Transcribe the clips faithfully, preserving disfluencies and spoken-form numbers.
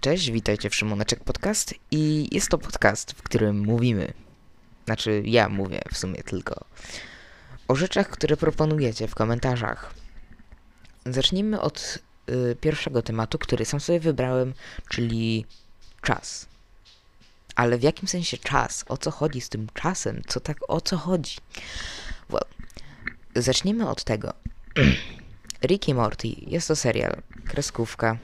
Cześć, witajcie w Szymoneczek Podcast i jest to podcast, w którym mówimy, znaczy ja mówię w sumie tylko, o rzeczach, które proponujecie w komentarzach. Zacznijmy od y, pierwszego tematu, który sam sobie wybrałem, czyli czas. Ale w jakim sensie czas? O co chodzi z tym czasem? Co tak, o co chodzi? Well, zacznijmy od tego. Rick i Morty jest to serial, kreskówka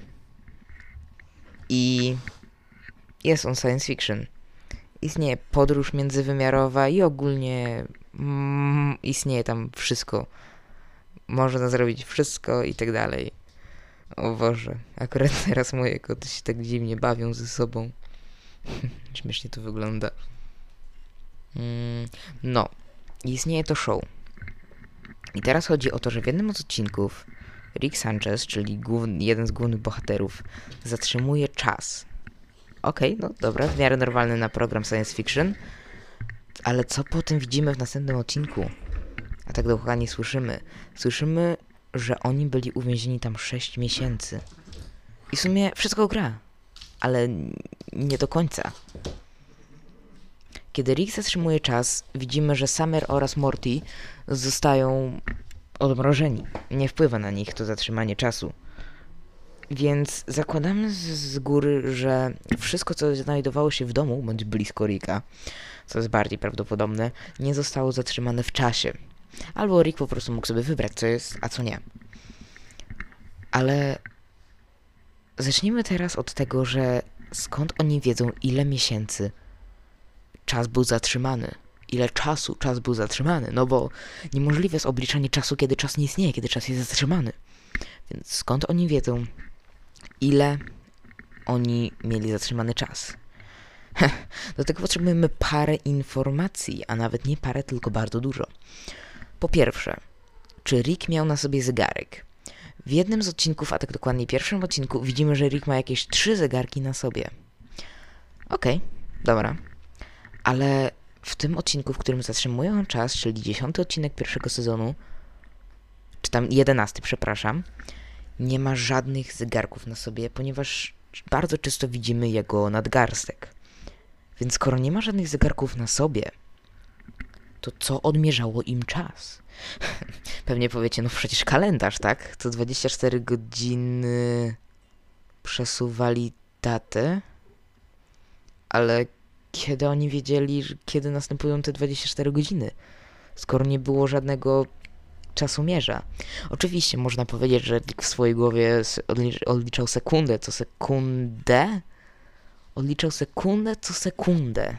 i jest on science fiction. Istnieje podróż międzywymiarowa i ogólnie mm, istnieje tam wszystko. Można zrobić wszystko i tak dalej. O Boże, akurat teraz moje koty się tak dziwnie bawią ze sobą. Śmiesznie to wygląda. Mm, no, istnieje to show. I teraz chodzi o to, że w jednym z odcinków Rick Sanchez, czyli główny, jeden z głównych bohaterów, zatrzymuje czas. Okej, okay, no dobra, w miarę normalny na program science fiction. Ale co potem widzimy w następnym odcinku? A tak dokładnie słyszymy. Słyszymy, że oni byli uwięzieni tam sześć miesięcy. I w sumie wszystko gra. Ale nie do końca. Kiedy Rick zatrzymuje czas, widzimy, że Summer oraz Morty zostają odmrożeni. Nie wpływa na nich to zatrzymanie czasu. Więc zakładamy z, z góry, że wszystko, co znajdowało się w domu, bądź blisko Ricka, co jest bardziej prawdopodobne, nie zostało zatrzymane w czasie. Albo Rick po prostu mógł sobie wybrać, co jest, a co nie. Ale zacznijmy teraz od tego, że skąd oni wiedzą, ile miesięcy czas był zatrzymany. Ile czasu czas był zatrzymany. No bo niemożliwe jest obliczanie czasu, kiedy czas nie istnieje, kiedy czas jest zatrzymany. Więc skąd oni wiedzą, ile oni mieli zatrzymany czas? Do tego potrzebujemy parę informacji, a nawet nie parę, tylko bardzo dużo. Po pierwsze, czy Rick miał na sobie zegarek? W jednym z odcinków, a tak dokładnie pierwszym odcinku, widzimy, że Rick ma jakieś trzy zegarki na sobie. Okej, okay, dobra. Ale w tym odcinku, w którym zatrzymują czas, czyli dziesiąty odcinek pierwszego sezonu, czy tam jedenasty, przepraszam, nie ma żadnych zegarków na sobie, ponieważ bardzo często widzimy jego nadgarstek. Więc skoro nie ma żadnych zegarków na sobie, to co odmierzało im czas? Pewnie powiecie, no przecież kalendarz, tak? To dwadzieścia cztery godziny przesuwali datę, ale kiedy oni wiedzieli, kiedy następują te dwadzieścia cztery godziny? Skoro nie było żadnego czasomierza. Oczywiście można powiedzieć, że w swojej głowie odliczał sekundę co sekundę. Odliczał sekundę co sekundę.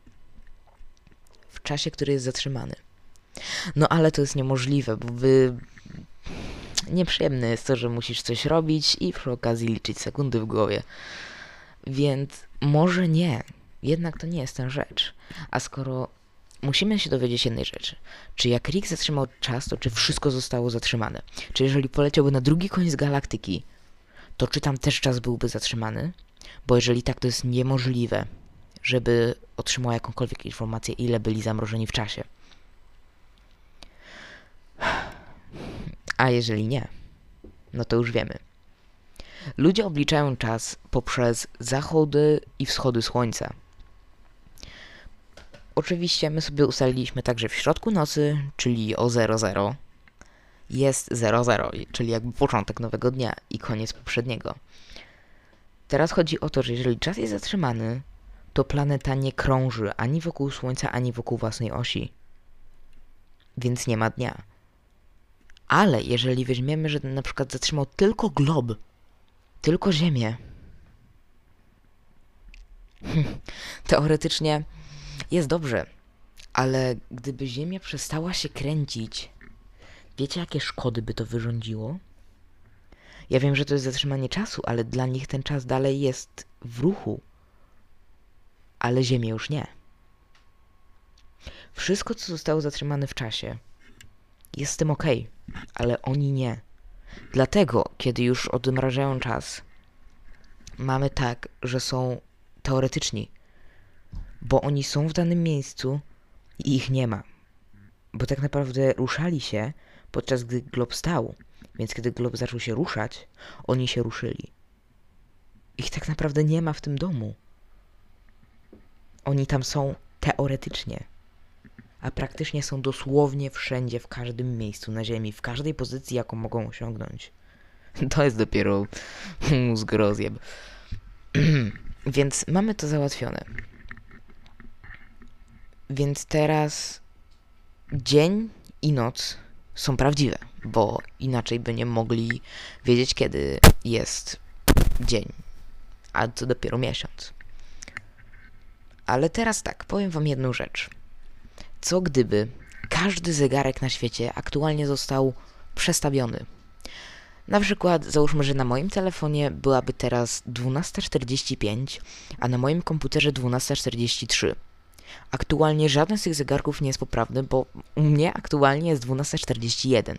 W czasie, który jest zatrzymany. No ale to jest niemożliwe, bo wy... nieprzyjemne jest to, że musisz coś robić i przy okazji liczyć sekundy w głowie. Więc może nie. Jednak to nie jest ta rzecz. A skoro musimy się dowiedzieć jednej rzeczy. Czy jak Rick zatrzymał czas, to czy wszystko zostało zatrzymane? Czy jeżeli poleciałby na drugi koniec galaktyki, to czy tam też czas byłby zatrzymany? Bo jeżeli tak, to jest niemożliwe, żeby otrzymał jakąkolwiek informację, ile byli zamrożeni w czasie. A jeżeli nie, no to już wiemy. Ludzie obliczają czas poprzez zachody i wschody słońca. Oczywiście my sobie ustaliliśmy tak, że w środku nocy, czyli o zero zero, jest zero zero, czyli jakby początek nowego dnia i koniec poprzedniego. Teraz chodzi o to, że jeżeli czas jest zatrzymany, to planeta nie krąży ani wokół Słońca, ani wokół własnej osi. Więc nie ma dnia. Ale jeżeli weźmiemy, że na przykład zatrzymał tylko glob, tylko Ziemię, teoretycznie jest dobrze, ale gdyby Ziemia przestała się kręcić, wiecie, jakie szkody by to wyrządziło? Ja wiem, że to jest zatrzymanie czasu, ale dla nich ten czas dalej jest w ruchu. Ale Ziemia już nie. Wszystko, co zostało zatrzymane w czasie, jest z tym okej, ale oni nie. Dlatego, kiedy już odmrażają czas, mamy tak, że są teoretyczni, bo oni są w danym miejscu i ich nie ma. Bo tak naprawdę ruszali się, podczas gdy glob stał. Więc kiedy glob zaczął się ruszać, oni się ruszyli. Ich tak naprawdę nie ma w tym domu. Oni tam są teoretycznie, a praktycznie są dosłownie wszędzie, w każdym miejscu na ziemi, w każdej pozycji, jaką mogą osiągnąć. To jest dopiero mózg rozjeb. Więc mamy to załatwione. Więc teraz dzień i noc są prawdziwe, bo inaczej by nie mogli wiedzieć, kiedy jest dzień, a co dopiero miesiąc. Ale teraz tak, powiem wam jedną rzecz. Co gdyby każdy zegarek na świecie aktualnie został przestawiony? Na przykład załóżmy, że na moim telefonie byłaby teraz dwunasta czterdzieści pięć, a na moim komputerze dwunasta czterdzieści trzy. Aktualnie żaden z tych zegarków nie jest poprawny, bo u mnie aktualnie jest dwunasta czterdzieści jeden.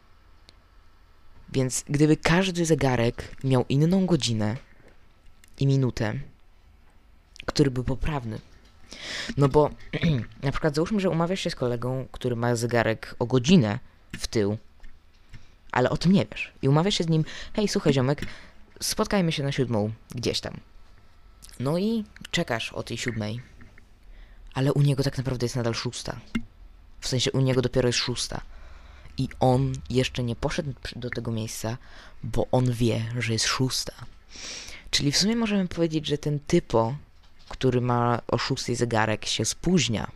Więc gdyby każdy zegarek miał inną godzinę i minutę, który był poprawny. No bo na przykład załóżmy, że umawiasz się z kolegą, który ma zegarek o godzinę w tył, ale o tym nie wiesz. I umawiasz się z nim, hej, słuchaj ziomek, spotkajmy się na siódmą, gdzieś tam. No i czekasz o tej siódmej, ale u niego tak naprawdę jest nadal szósta. W sensie u niego dopiero jest szósta. I on jeszcze nie poszedł do tego miejsca, bo on wie, że jest szósta. Czyli w sumie możemy powiedzieć, że ten typo, który ma o szóstej zegarek, się spóźnia.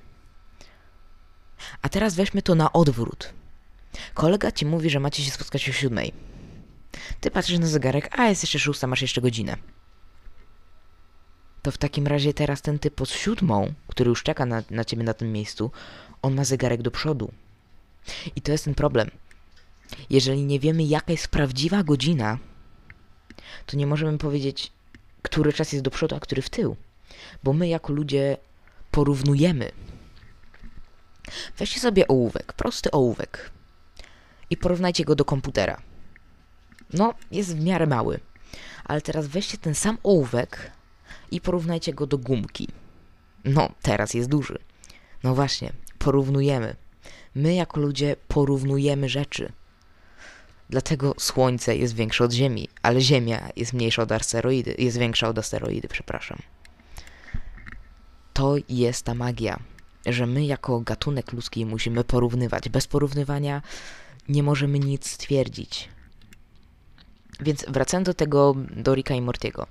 A teraz weźmy to na odwrót. Kolega ci mówi, że macie się spotkać o siódmej. Ty patrzysz na zegarek, a jest jeszcze szósta, masz jeszcze godzinę. To w takim razie teraz ten typ z siódmą, który już czeka na, na ciebie na tym miejscu, on ma zegarek do przodu. I to jest ten problem. Jeżeli nie wiemy, jaka jest prawdziwa godzina, to nie możemy powiedzieć, który czas jest do przodu, a który w tył. Bo my jako ludzie porównujemy. Weźcie sobie ołówek, prosty ołówek i porównajcie go do komputera. No, jest w miarę mały. Ale teraz weźcie ten sam ołówek i porównajcie go do gumki. No, teraz jest duży. No właśnie, porównujemy. My jako ludzie porównujemy rzeczy. Dlatego Słońce jest większe od Ziemi, ale Ziemia jest mniejsza od asteroidy, jest większa od asteroidy, przepraszam. To jest ta magia, że my jako gatunek ludzki musimy porównywać. Bez porównywania nie możemy nic stwierdzić. Więc wracając do tego, do Ricka i Mortiego.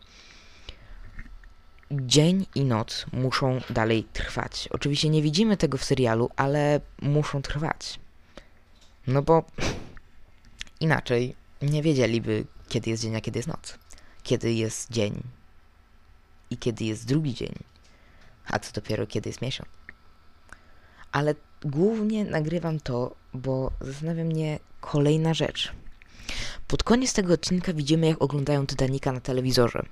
Dzień i noc muszą dalej trwać. Oczywiście nie widzimy tego w serialu, ale muszą trwać. No bo inaczej nie wiedzieliby, kiedy jest dzień, a kiedy jest noc. Kiedy jest dzień i kiedy jest drugi dzień. A co dopiero kiedy jest miesiąc. Ale głównie nagrywam to, bo zastanawia mnie kolejna rzecz. Pod koniec tego odcinka widzimy, jak oglądają Titanica na telewizorze.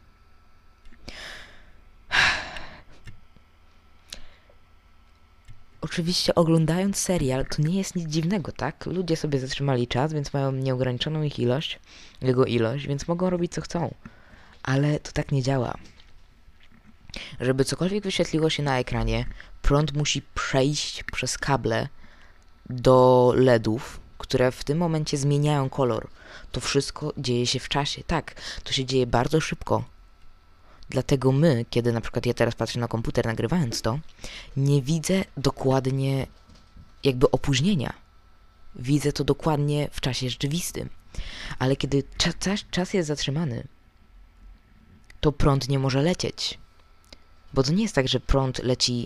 Oczywiście oglądając serial to nie jest nic dziwnego, tak? Ludzie sobie zatrzymali czas, więc mają nieograniczoną ich ilość, jego ilość, więc mogą robić co chcą. Ale to tak nie działa. Żeby cokolwiek wyświetliło się na ekranie, prąd musi przejść przez kable do LEDów, które w tym momencie zmieniają kolor. To wszystko dzieje się w czasie. Tak, to się dzieje bardzo szybko. Dlatego my, kiedy na przykład ja teraz patrzę na komputer nagrywając to, nie widzę dokładnie jakby opóźnienia. Widzę to dokładnie w czasie rzeczywistym. Ale kiedy czas, czas jest zatrzymany, to prąd nie może lecieć. Bo to nie jest tak, że prąd leci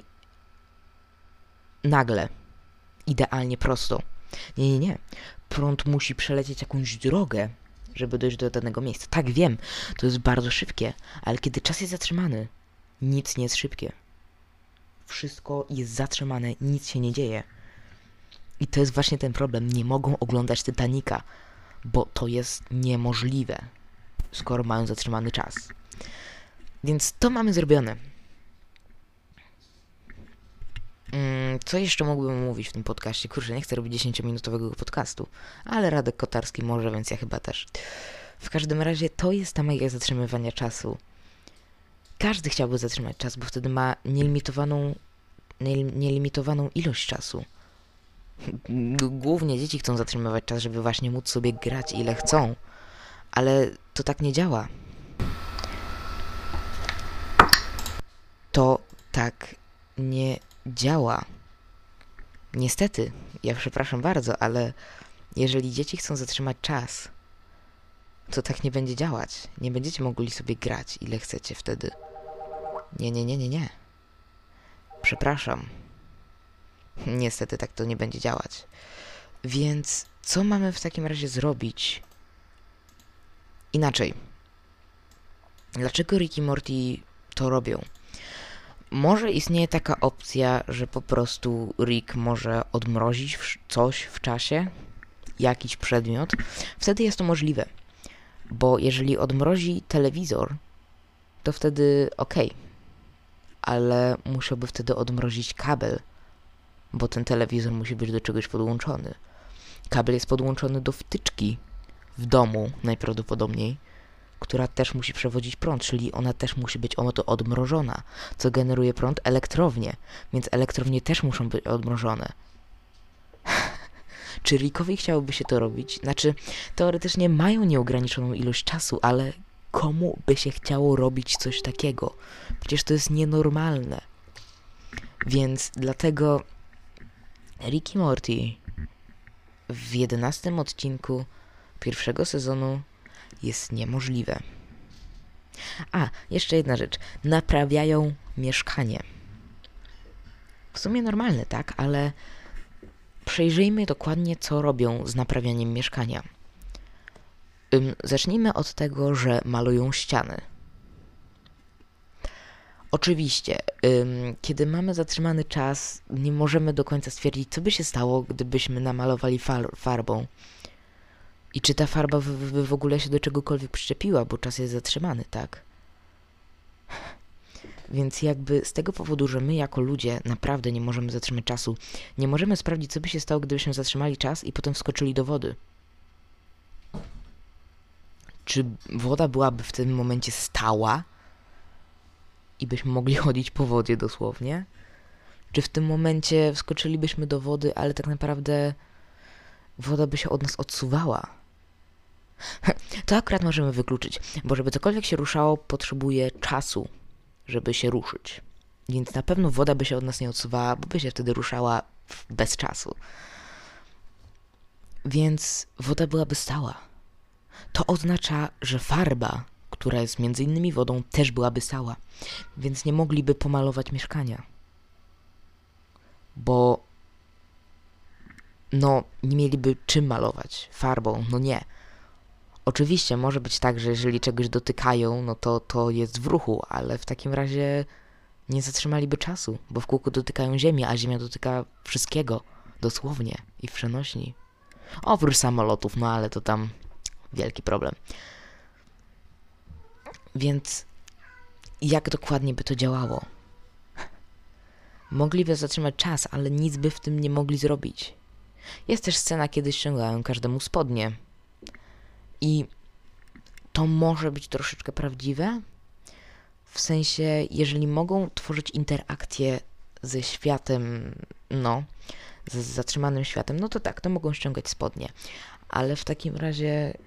nagle, idealnie prosto. Nie, nie, nie. Prąd musi przelecieć jakąś drogę, żeby dojść do danego miejsca. Tak, wiem, to jest bardzo szybkie, ale kiedy czas jest zatrzymany, nic nie jest szybkie. Wszystko jest zatrzymane, nic się nie dzieje. I to jest właśnie ten problem. Nie mogą oglądać Titanica, bo to jest niemożliwe, skoro mają zatrzymany czas. Więc to mamy zrobione. Co jeszcze mógłbym mówić w tym podcaście? Kurczę, nie chcę robić dziesięciominutowego podcastu, ale Radek Kotarski może, więc ja chyba też. W każdym razie to jest ta magia zatrzymywania czasu. Każdy chciałby zatrzymać czas, bo wtedy ma nielimitowaną, nielimitowaną ilość czasu. Głównie dzieci chcą zatrzymywać czas, żeby właśnie móc sobie grać ile chcą, ale to tak nie działa. to tak nie działa. Niestety, ja przepraszam bardzo, ale jeżeli dzieci chcą zatrzymać czas, to tak nie będzie działać. Nie będziecie mogli sobie grać ile chcecie wtedy. Nie, nie, nie, nie, nie. Przepraszam. Niestety tak to nie będzie działać. Więc co mamy w takim razie zrobić? Inaczej. Dlaczego Rick i Morty to robią? Może istnieje taka opcja, że po prostu Rick może odmrozić coś w czasie, jakiś przedmiot. Wtedy jest to możliwe. Bo jeżeli odmrozi telewizor, to wtedy okej. Okay. Ale musiałby wtedy odmrozić kabel, bo ten telewizor musi być do czegoś podłączony. Kabel jest podłączony do wtyczki w domu najprawdopodobniej, która też musi przewodzić prąd, czyli ona też musi być oto odmrożona, co generuje prąd elektrownie, więc elektrownie też muszą być odmrożone. Czy Rickowi chciałoby się to robić? Znaczy, teoretycznie mają nieograniczoną ilość czasu, ale komu by się chciało robić coś takiego? Przecież to jest nienormalne. Więc dlatego Rick i Morty w jedenastym odcinku pierwszego sezonu jest niemożliwe. A, jeszcze jedna rzecz. Naprawiają mieszkanie. W sumie normalne, tak? Ale przejrzyjmy dokładnie, co robią z naprawianiem mieszkania. Ym, zacznijmy od tego, że malują ściany. Oczywiście, ym, kiedy mamy zatrzymany czas, nie możemy do końca stwierdzić, co by się stało, gdybyśmy namalowali far farbą. I czy ta farba by w ogóle się do czegokolwiek przyczepiła, bo czas jest zatrzymany, tak? Więc jakby z tego powodu, że my jako ludzie naprawdę nie możemy zatrzymać czasu, nie możemy sprawdzić, co by się stało, gdybyśmy zatrzymali czas i potem wskoczyli do wody. Czy woda byłaby w tym momencie stała i byśmy mogli chodzić po wodzie dosłownie? Czy w tym momencie wskoczylibyśmy do wody, ale tak naprawdę woda by się od nas odsuwała? To akurat możemy wykluczyć, bo żeby cokolwiek się ruszało, potrzebuje czasu, żeby się ruszyć. Więc na pewno woda by się od nas nie odsuwała, bo by się wtedy ruszała bez czasu. Więc woda byłaby stała. To oznacza, że farba, która jest między innymi wodą, też byłaby stała. Więc nie mogliby pomalować mieszkania. Bo no, nie mieliby czym malować. Farbą, no nie. Oczywiście może być tak, że jeżeli czegoś dotykają, no to to jest w ruchu, ale w takim razie nie zatrzymaliby czasu, bo w kółko dotykają ziemi, a ziemia dotyka wszystkiego, dosłownie i w przenośni. Oprócz samolotów, no ale to tam wielki problem. Więc jak dokładnie by to działało? Mogliby zatrzymać czas, ale nic by w tym nie mogli zrobić. Jest też scena, kiedy ściągają każdemu spodnie. I to może być troszeczkę prawdziwe, w sensie, jeżeli mogą tworzyć interakcję ze światem, no, z zatrzymanym światem, no to tak, to mogą ściągać spodnie. Ale w takim razie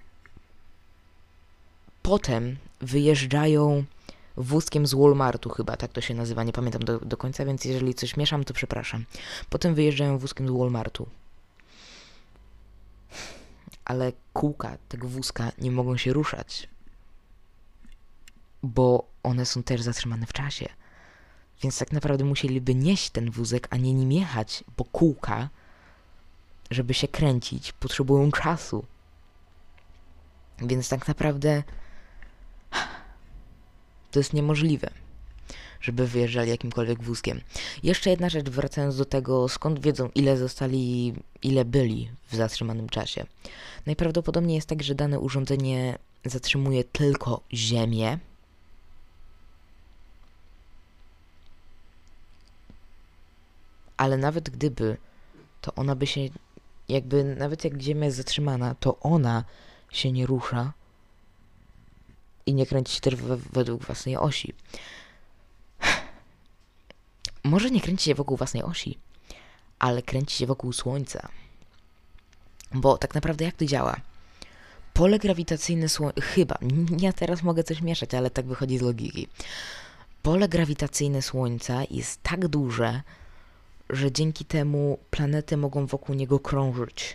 potem wyjeżdżają wózkiem z Walmartu chyba, tak to się nazywa, nie pamiętam do, do końca, więc jeżeli coś mieszam, to przepraszam. Potem wyjeżdżają wózkiem z Walmartu. Ale kółka tego wózka nie mogą się ruszać, bo one są też zatrzymane w czasie. Więc tak naprawdę musieliby nieść ten wózek, a nie nim jechać, bo kółka, żeby się kręcić, potrzebują czasu. Więc tak naprawdę to jest niemożliwe, żeby wyjeżdżali jakimkolwiek wózkiem. Jeszcze jedna rzecz, wracając do tego, skąd wiedzą, ile zostali, ile byli w zatrzymanym czasie. Najprawdopodobniej jest tak, że dane urządzenie zatrzymuje tylko Ziemię. Ale nawet gdyby, to ona by się, jakby, nawet jak Ziemia jest zatrzymana, to ona się nie rusza i nie kręci się też we, według własnej osi. Może nie kręci się wokół własnej osi, ale kręci się wokół Słońca. Bo tak naprawdę jak to działa? Pole grawitacyjne Słońca... Chyba. Ja teraz mogę coś mieszać, ale tak wychodzi z logiki. pole grawitacyjne Słońca jest tak duże, że dzięki temu planety mogą wokół niego krążyć.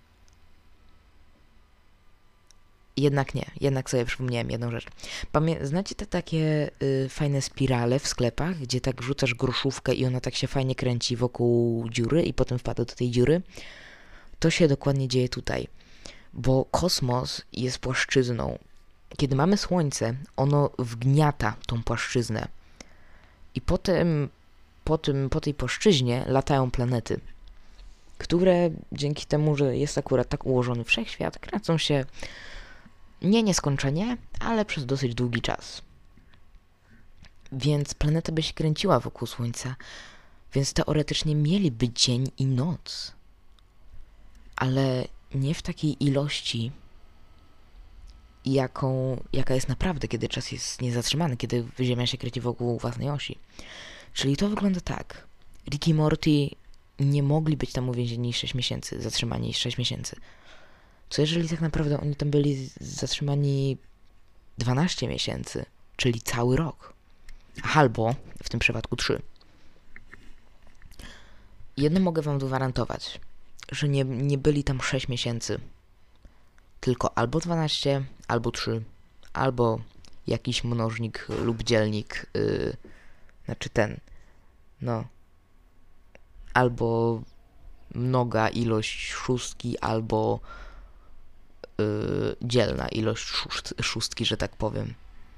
Jednak nie, jednak sobie przypomniałem jedną rzecz. Pamię- Znacie te takie y, fajne spirale w sklepach, gdzie tak rzucasz groszówkę i ona tak się fajnie kręci wokół dziury i potem wpada do tej dziury? To się dokładnie dzieje tutaj, bo kosmos jest płaszczyzną. Kiedy mamy Słońce, ono wgniata tą płaszczyznę i potem po, tym, po tej płaszczyźnie latają planety, które dzięki temu, że jest akurat tak ułożony wszechświat, kręcą się nie nieskończenie, ale przez dosyć długi czas. Więc planeta by się kręciła wokół Słońca, więc teoretycznie mieliby dzień i noc. Ale nie w takiej ilości, jaką, jaka jest naprawdę, kiedy czas jest niezatrzymany, kiedy Ziemia się kręci wokół własnej osi. Czyli to wygląda tak. Rick i Morty nie mogli być tam uwięzieni sześć miesięcy, zatrzymani sześć miesięcy. Co jeżeli tak naprawdę oni tam byli zatrzymani dwanaście miesięcy, czyli cały rok? Albo w tym przypadku trzy. Jedno mogę wam gwarantować, że nie, nie byli tam sześć miesięcy, tylko albo dwanaście, albo trzy, albo jakiś mnożnik lub dzielnik, yy, znaczy ten, no, albo mnoga ilość szóstki, albo yy, dzielna ilość szóst, szóstki, że tak powiem.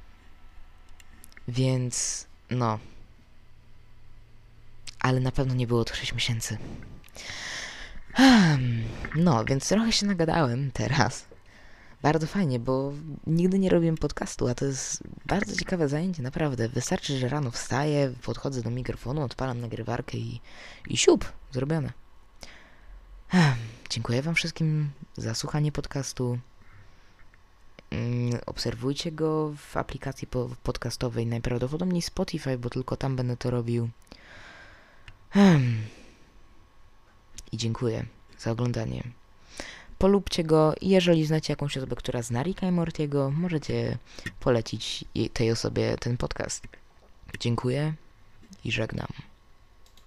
Więc, no, ale na pewno nie było to sześć miesięcy. No, więc trochę się nagadałem teraz. Bardzo fajnie, bo nigdy nie robiłem podcastu, a to jest bardzo ciekawe zajęcie, naprawdę. Wystarczy, że rano wstaję, podchodzę do mikrofonu, odpalam nagrywarkę i, i siup, zrobione. Dziękuję wam wszystkim za słuchanie podcastu. Obserwujcie go w aplikacji podcastowej, najprawdopodobniej Spotify, bo tylko tam będę to robił. I dziękuję za oglądanie. Polubcie go i jeżeli znacie jakąś osobę, która zna Ricka i Mortiego, możecie polecić tej osobie ten podcast. Dziękuję i żegnam.